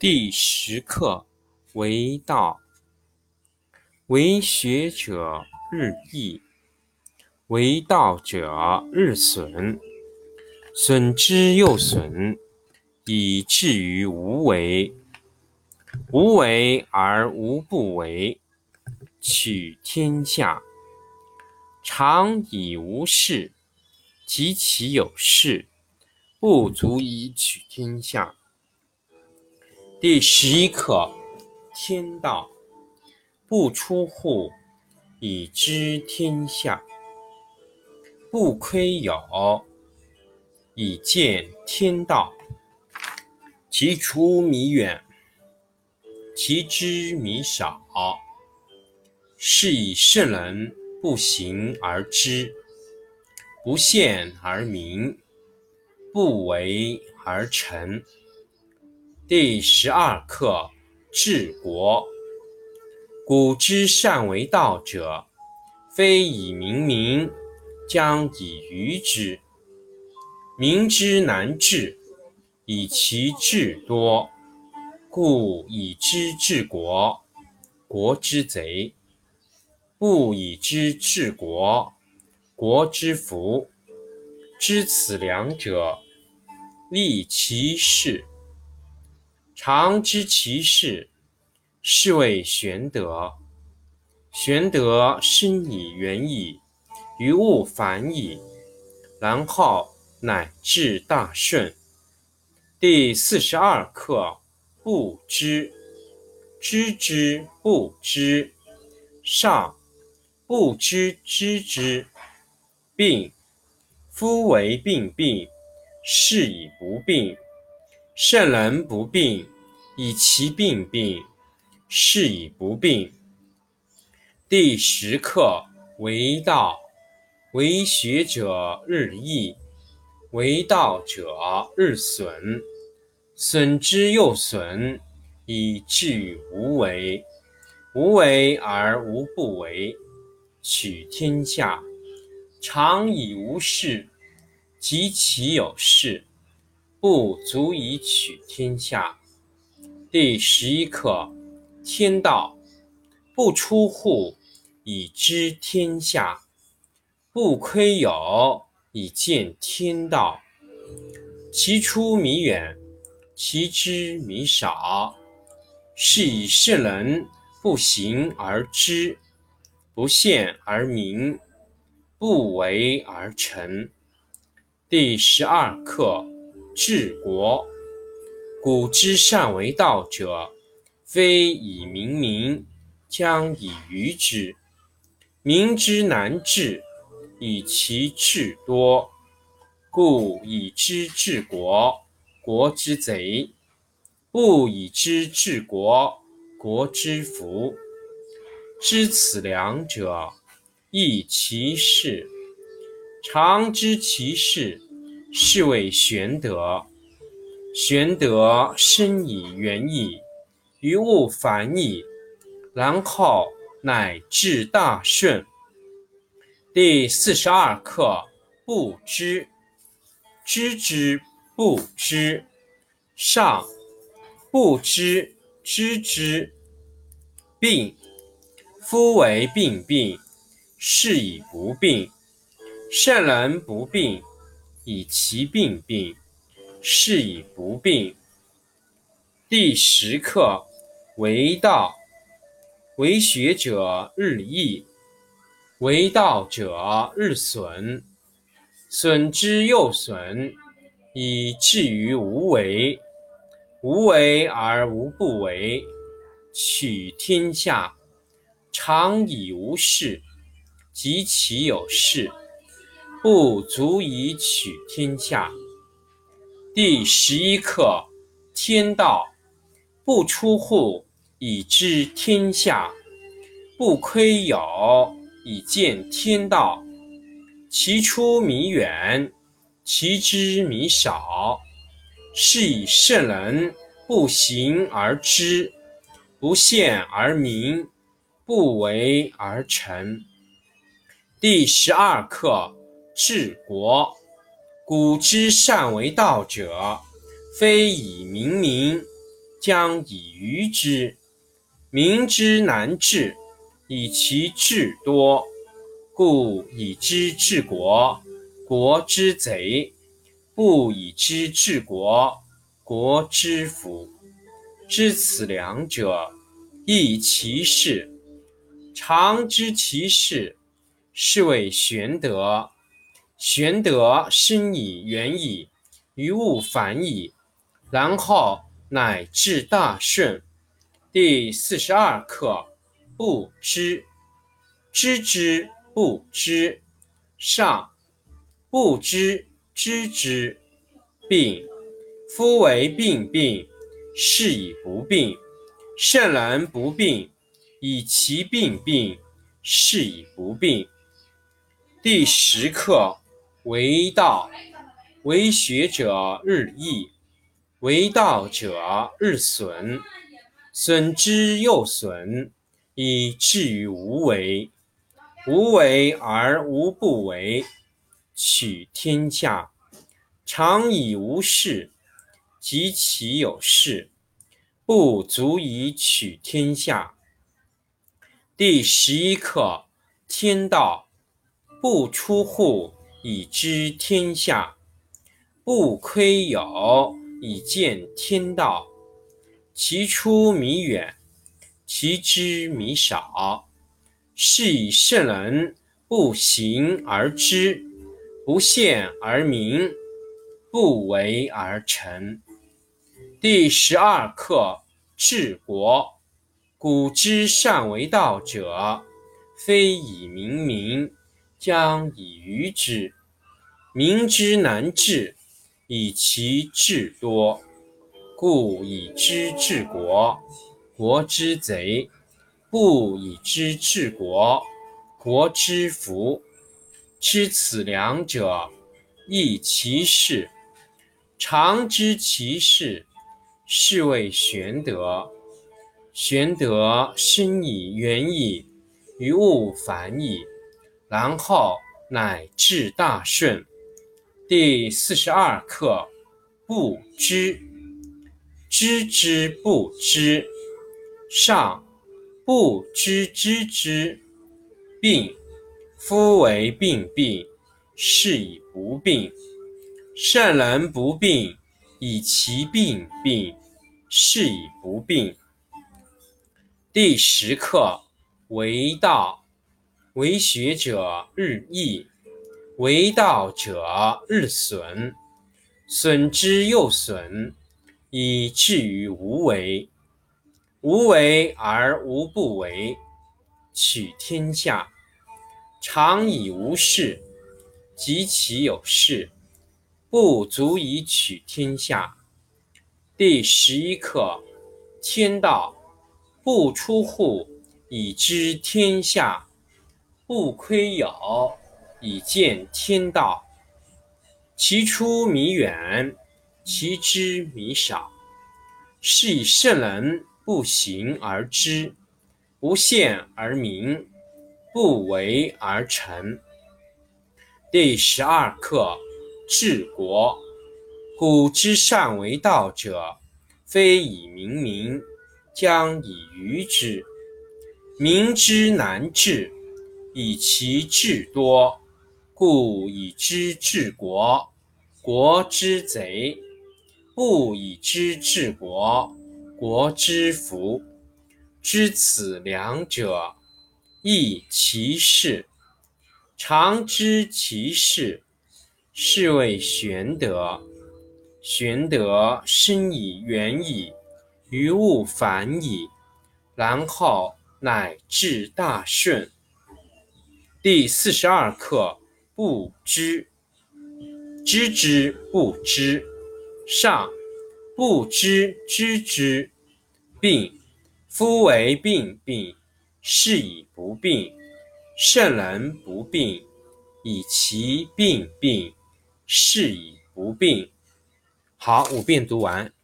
第10课为道，为学者日益，为道者日损，损之又损，以至于无为。无为而无不为，取天下常以无事，及其有事，不足以取天下。第11课天道，不出户，以知天下；不窥有，以见天道。其出弥远，其知弥少。是以圣人不行而知，不见而明，不为而成。第12课治国。古之善为道者，非以明民，将以愚之。民之难治，以其智多，故以之治国，国之贼；不以之治国，国之福。知此两者，利其事。常知其事，是谓玄德。玄德深以远矣，于物反矣，然后乃至大顺。第42课不知。知之不知，上；不知知之，病。夫为病病，是以不病。圣人不病，以其病病，是以不病。第10课为道，为学者日益，为道者日损，损之又损，以至于无为。无为而无不为，取天下常以无事，及其有事，不足以取天下。第11课天道，不出户，以知天下；不窥有，以见天道。其出弥远，其知弥少。是以圣人不行而知，不见而明，不为而成。第12课治国。古之善为道者，非以明民，将以愚之。民之难治，以其智多，故以之治国，国之贼；不以之治国，国之福。知此两者，益其事。常知其事，是谓玄德。玄德深以远矣，于物反矣，然后乃至大顺。第42课不知。知之不知，上；不知知之，病。夫为病病，是以不病。圣人不病，以其病病，是以不病。第10课为道，为学者日益，为道者日损，损之又损，以至于无为。无为而无不为，取天下常以无事，及其有事，不足以取天下。第11课天道，不出户，以知天下；不窥有，以见天道。其出弥远，其知弥少。是以圣人不行而知，不见而明，不为而成。第12课治国。古之善为道者，非以明民， 将以愚之。民之难治，以其智多，故以之治国，国之贼；不以之治国，国之福。知此两者，亦其事。常知其事，是谓玄德。玄德深矣远矣，于物反矣，然后乃至大顺。第42课：不知。知之不知，上。不知知之，病。夫为病病，是以不病。圣人不病，以其病病，是以不病。第10课：为道。为学者日益，为道者日损。损之又损，以至于无为。无为而无不为，取天下常以无事，及其有事，不足以取天下。第11课：天道。不出户，以知天下；不窥牖，以见天道。其出弥远，其知弥少。是以圣人不行而知，不见而明，不为而成。第12课：治国。古之善为道者，非以明民，将以愚之。民之难治，以其智多，故以之治国，国之贼；不以之治国，国之福。知此两者，亦其事。常知其事，是谓玄德。玄德深矣远矣，于物反矣，然后乃至大顺。第42课：不知。知之不知，上。不知知之，病。夫为病病，是以不病。圣人不病，以其病病，是以不病。第10课：为道。为学者日益，为道者日损。损之又损，以至于无为。无为而无不为，取天下常以无事，及其有事，不足以取天下。第11课：天道。不出户，以知天下；不窥牖，以见天道。其出弥远，其知弥少。是以圣人不行而知，不见而明，不为而成。第12课：治国。古之善为道者，非以明民，将以愚之。民之难治，以其智多，故以之治国，国之贼；不以之治国，国之福。知此两者，亦其事。常知其事，是谓玄德。玄德深矣远矣，于物反矣，然后乃至大顺。第42课：不知。知之不知，上。不知知之，病。夫为病病，是以不病。圣人不病，以其病病，是以不病。好，5遍读完。